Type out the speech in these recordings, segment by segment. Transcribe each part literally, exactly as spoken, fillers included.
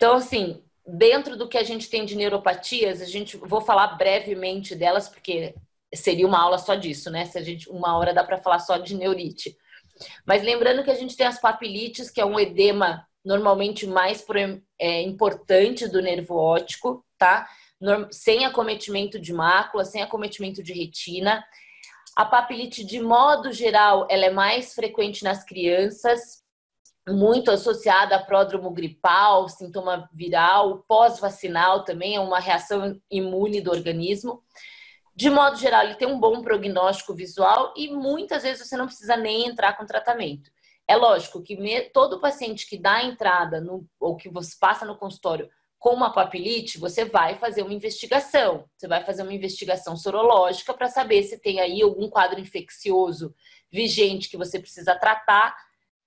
Então, assim, dentro do que a gente tem de neuropatias, a gente vou falar brevemente delas, porque seria uma aula só disso, né? Se a gente, uma hora dá para falar só de neurite. Mas lembrando que a gente tem as papilites, que é um edema normalmente mais é, importante do nervo óptico, tá? Sem acometimento de mácula, sem acometimento de retina. A papilite, de modo geral, ela é mais frequente nas crianças, muito associada a pródromo gripal, sintoma viral, pós-vacinal também, é uma reação imune do organismo. De modo geral, ele tem um bom prognóstico visual e muitas vezes você não precisa nem entrar com tratamento. É lógico que todo paciente que dá entrada no, ou que você passa no consultório com uma papilite, você vai fazer uma investigação. Você vai fazer uma investigação sorológica para saber se tem aí algum quadro infeccioso vigente que você precisa tratar,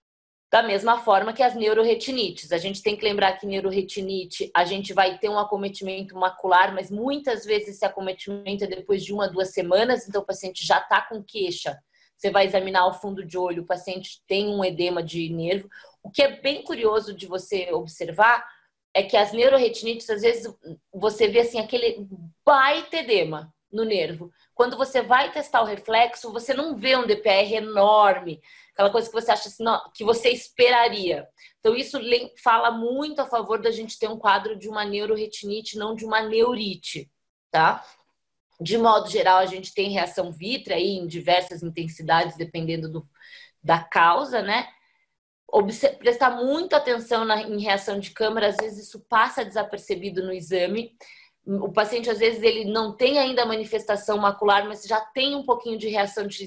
da mesma forma que as neuroretinites. A gente tem que lembrar que neuroretinite, a gente vai ter um acometimento macular, mas muitas vezes esse acometimento é depois de uma, duas semanas, então o paciente já está com queixa. Você vai examinar o fundo de olho, o paciente tem um edema de nervo. O que é bem curioso de você observar é que as neuroretinites, às vezes, você vê assim, aquele baita edema no nervo. Quando você vai testar o reflexo, você não vê um D P R enorme, aquela coisa que você acha assim, não, que você esperaria. Então, isso fala muito a favor da gente ter um quadro de uma neuroretinite, não de uma neurite, tá? De modo geral, a gente tem reação vítrea aí em diversas intensidades, dependendo do, da causa, né? Obser- prestar muita atenção na, em reação de câmara, às vezes isso passa desapercebido no exame. O paciente, às vezes, ele não tem ainda a manifestação macular, mas já tem um pouquinho de reação de,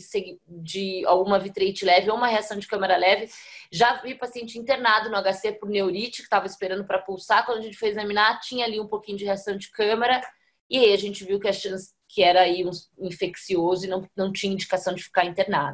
de alguma vitreite leve ou uma reação de câmara leve. Já vi paciente internado no H C por neurite, que estava esperando para pulsar. Quando a gente foi examinar, tinha ali um pouquinho de reação de câmara. E aí a gente viu que a chance que era aí um infeccioso e não, não tinha indicação de ficar internado.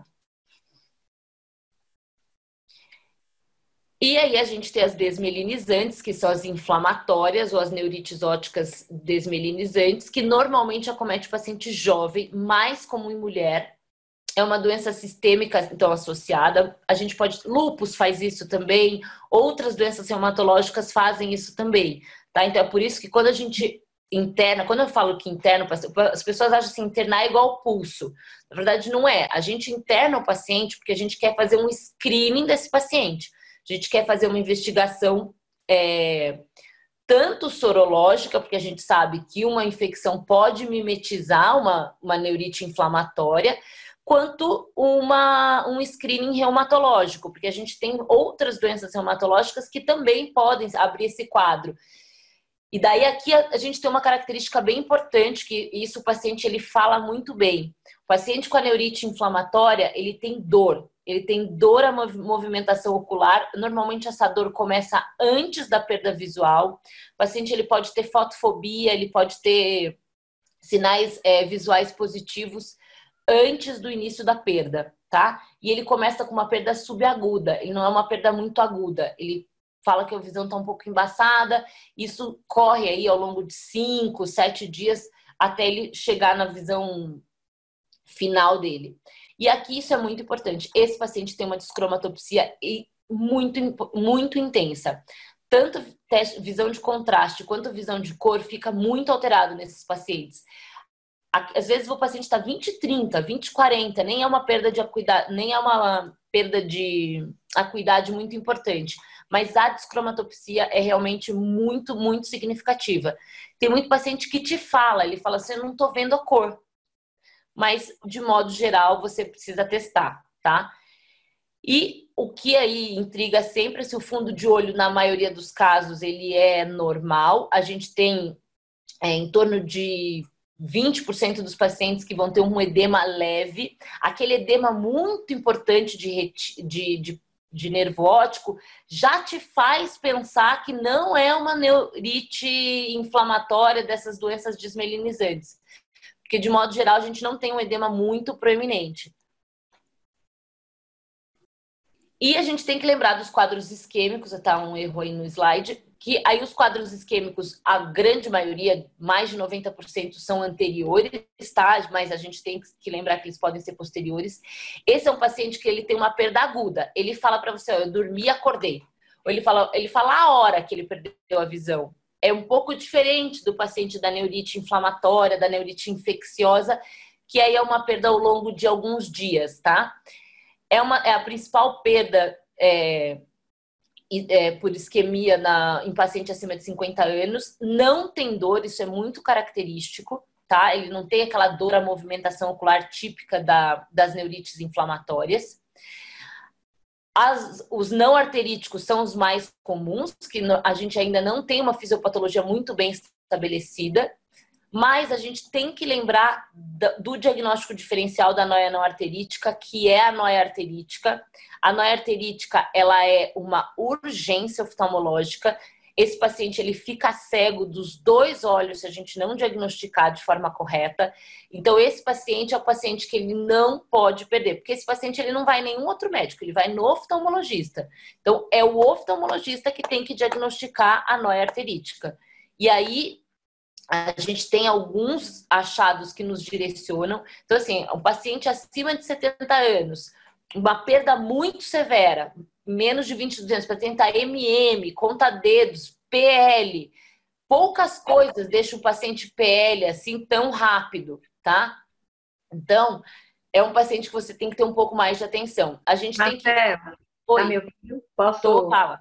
E aí a gente tem as desmelinizantes, que são as inflamatórias ou as neurites ópticas desmelinizantes, que normalmente acomete o paciente jovem, mais comum em mulher. É uma doença sistêmica, então, associada. A gente pode... Lúpus faz isso também. Outras doenças reumatológicas fazem isso também, tá? Então, é por isso que quando a gente interna... Quando eu falo que interna, as pessoas acham assim, internar é igual pulso. Na verdade, não é. A gente interna o paciente porque a gente quer fazer um screening desse paciente. A gente quer fazer uma investigação é, tanto sorológica, porque a gente sabe que uma infecção pode mimetizar uma, uma neurite inflamatória, quanto uma, um screening reumatológico, porque a gente tem outras doenças reumatológicas que também podem abrir esse quadro. E daí aqui a gente tem uma característica bem importante, que isso o paciente ele fala muito bem. O paciente com a neurite inflamatória, ele tem dor. Ele tem dor à movimentação ocular. Normalmente essa dor começa antes da perda visual. O paciente ele pode ter fotofobia, ele pode ter sinais é, visuais positivos antes do início da perda, tá? E ele começa com uma perda subaguda. Ele não é uma perda muito aguda. Ele fala que a visão está um pouco embaçada. Isso corre aí ao longo de cinco, sete dias até ele chegar na visão final dele. E aqui isso é muito importante. Esse paciente tem uma descromatopsia muito, muito intensa. Tanto visão de contraste quanto visão de cor fica muito alterado nesses pacientes. Às vezes o paciente está vinte, trinta, vinte, quarenta, nem é uma perda de acuidade, nem é uma perda de acuidade muito importante. Mas a descromatopsia é realmente muito, muito significativa. Tem muito paciente que te fala, ele fala assim, eu não estou vendo a cor. Mas, de modo geral, você precisa testar, tá? E o que aí intriga sempre é se o fundo de olho, na maioria dos casos, ele é normal. A gente tem é, em torno de vinte por cento dos pacientes que vão ter um edema leve. Aquele edema muito importante de, de, de, de nervo óptico já te faz pensar que não é uma neurite inflamatória dessas doenças desmelinizantes. Porque, de modo geral, a gente não tem um edema muito proeminente. E a gente tem que lembrar dos quadros isquêmicos, tá um erro aí no slide, que aí os quadros isquêmicos, a grande maioria, mais de noventa por cento, são anteriores, tá? Mas a gente tem que lembrar que eles podem ser posteriores. Esse é um paciente que ele tem uma perda aguda. Ele fala para você, ó, eu dormi e acordei. ou ele fala, ele fala a hora que ele perdeu a visão. É um pouco diferente do paciente da neurite inflamatória, da neurite infecciosa, que aí é uma perda ao longo de alguns dias, tá? É, uma, é a principal perda é, é, por isquemia na, em paciente acima de cinquenta anos. Não tem dor, isso é muito característico, tá? Ele não tem aquela dor à movimentação ocular típica da, das neurites inflamatórias. As, os não arteríticos são os mais comuns, que a gente ainda não tem uma fisiopatologia muito bem estabelecida, mas a gente tem que lembrar do diagnóstico diferencial da noia não arterítica, que é a noia arterítica. A noia arterítica, ela é uma urgência oftalmológica. Esse paciente, ele fica cego dos dois olhos se a gente não diagnosticar de forma correta. Então, esse paciente é o paciente que ele não pode perder, porque esse paciente, ele não vai em nenhum outro médico, ele vai no oftalmologista. Então, é o oftalmologista que tem que diagnosticar a noia arterítica. E aí, a gente tem alguns achados que nos direcionam. Então, assim, um paciente acima de setenta anos, uma perda muito severa, menos de vinte e duzentos, para tentar M M, conta-dedos, P L. Poucas coisas deixam o paciente P L assim tão rápido, tá? Então, é um paciente que você tem que ter um pouco mais de atenção. A gente Marcela, tem que... Oi, tá me ouvindo? Posso... Tô, fala.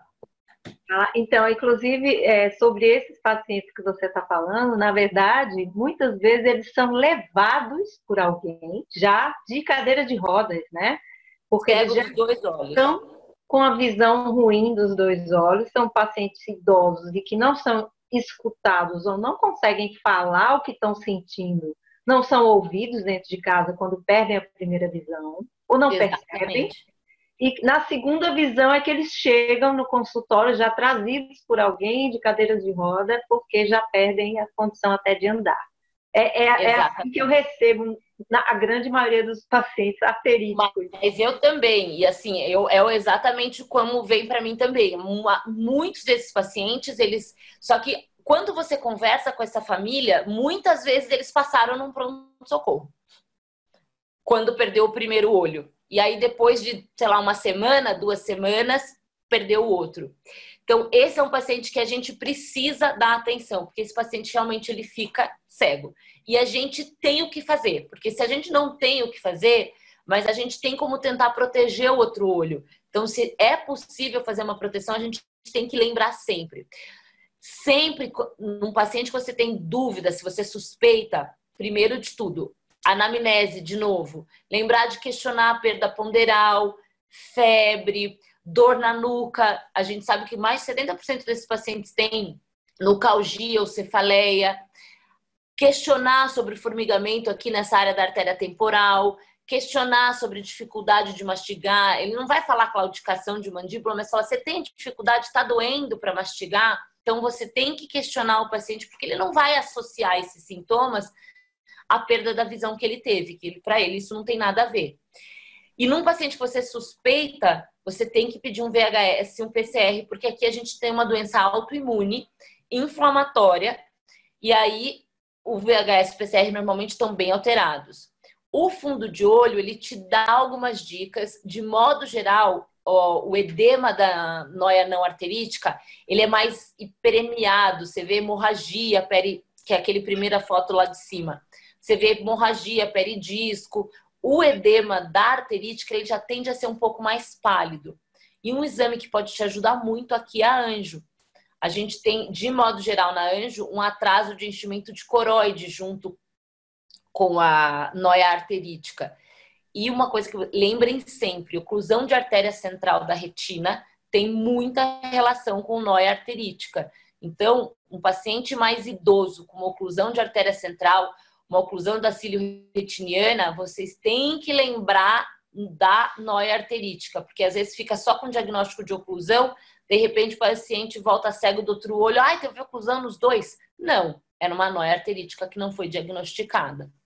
Então, inclusive, é, sobre esses pacientes que você está falando, na verdade, muitas vezes eles são levados por alguém já de cadeira de rodas, né? Porque Cego eles já dos dois olhos. estão com a visão ruim dos dois olhos, são pacientes idosos e que não são escutados ou não conseguem falar o que estão sentindo, não são ouvidos dentro de casa quando perdem a primeira visão, ou não Exatamente. percebem. E na segunda visão é que eles chegam no consultório já trazidos por alguém de cadeiras de roda, porque já perdem a condição até de andar. É, é, é assim que eu recebo na a grande maioria dos pacientes arteríticos. Mas eu também, e assim, eu, é exatamente como vem para mim também. Muitos desses pacientes, eles... Só que quando você conversa com essa família, muitas vezes eles passaram num pronto-socorro. Quando perdeu o primeiro olho. E aí, depois de, sei lá, uma semana, duas semanas, perdeu o outro. Então, esse é um paciente que a gente precisa dar atenção, porque esse paciente realmente ele fica cego. E a gente tem o que fazer, porque se a gente não tem o que fazer, mas a gente tem como tentar proteger o outro olho. Então, se é possível fazer uma proteção, a gente tem que lembrar sempre. Sempre, num paciente que você tem dúvida, se você suspeita, primeiro de tudo, anamnese, de novo. Lembrar de questionar a perda ponderal, febre, dor na nuca. A gente sabe que mais de setenta por cento desses pacientes têm nucalgia ou cefaleia. Questionar sobre formigamento aqui nessa área da artéria temporal. Questionar sobre dificuldade de mastigar. Ele não vai falar claudicação de mandíbula, mas fala, você tem dificuldade, está doendo para mastigar? Então, você tem que questionar o paciente, porque ele não vai associar esses sintomas a perda da visão que ele teve, que para ele isso não tem nada a ver. E num paciente que você suspeita, você tem que pedir um V H S, um P C R, porque aqui a gente tem uma doença autoimune, inflamatória, e aí o V H S e o P C R normalmente estão bem alterados. O fundo de olho, ele te dá algumas dicas. De modo geral, ó, o edema da noia não arterítica, ele é mais hiperemiado, você vê hemorragia, peri, que é aquele primeira foto lá de cima. Você vê hemorragia, peridisco. O edema da arterítica, ele já tende a ser um pouco mais pálido. E um exame que pode te ajudar muito aqui é a anjo. A gente tem, de modo geral, na anjo, um atraso de enchimento de coroide junto com a noia arterítica. E uma coisa que lembrem sempre, oclusão de artéria central da retina tem muita relação com noia arterítica. Então, um paciente mais idoso com uma oclusão de artéria central, uma oclusão da cílio retiniana, vocês têm que lembrar da noia arterítica, porque às vezes fica só com diagnóstico de oclusão, de repente o paciente volta cego do outro olho, ai, teve oclusão nos dois. Não, era uma noia arterítica que não foi diagnosticada.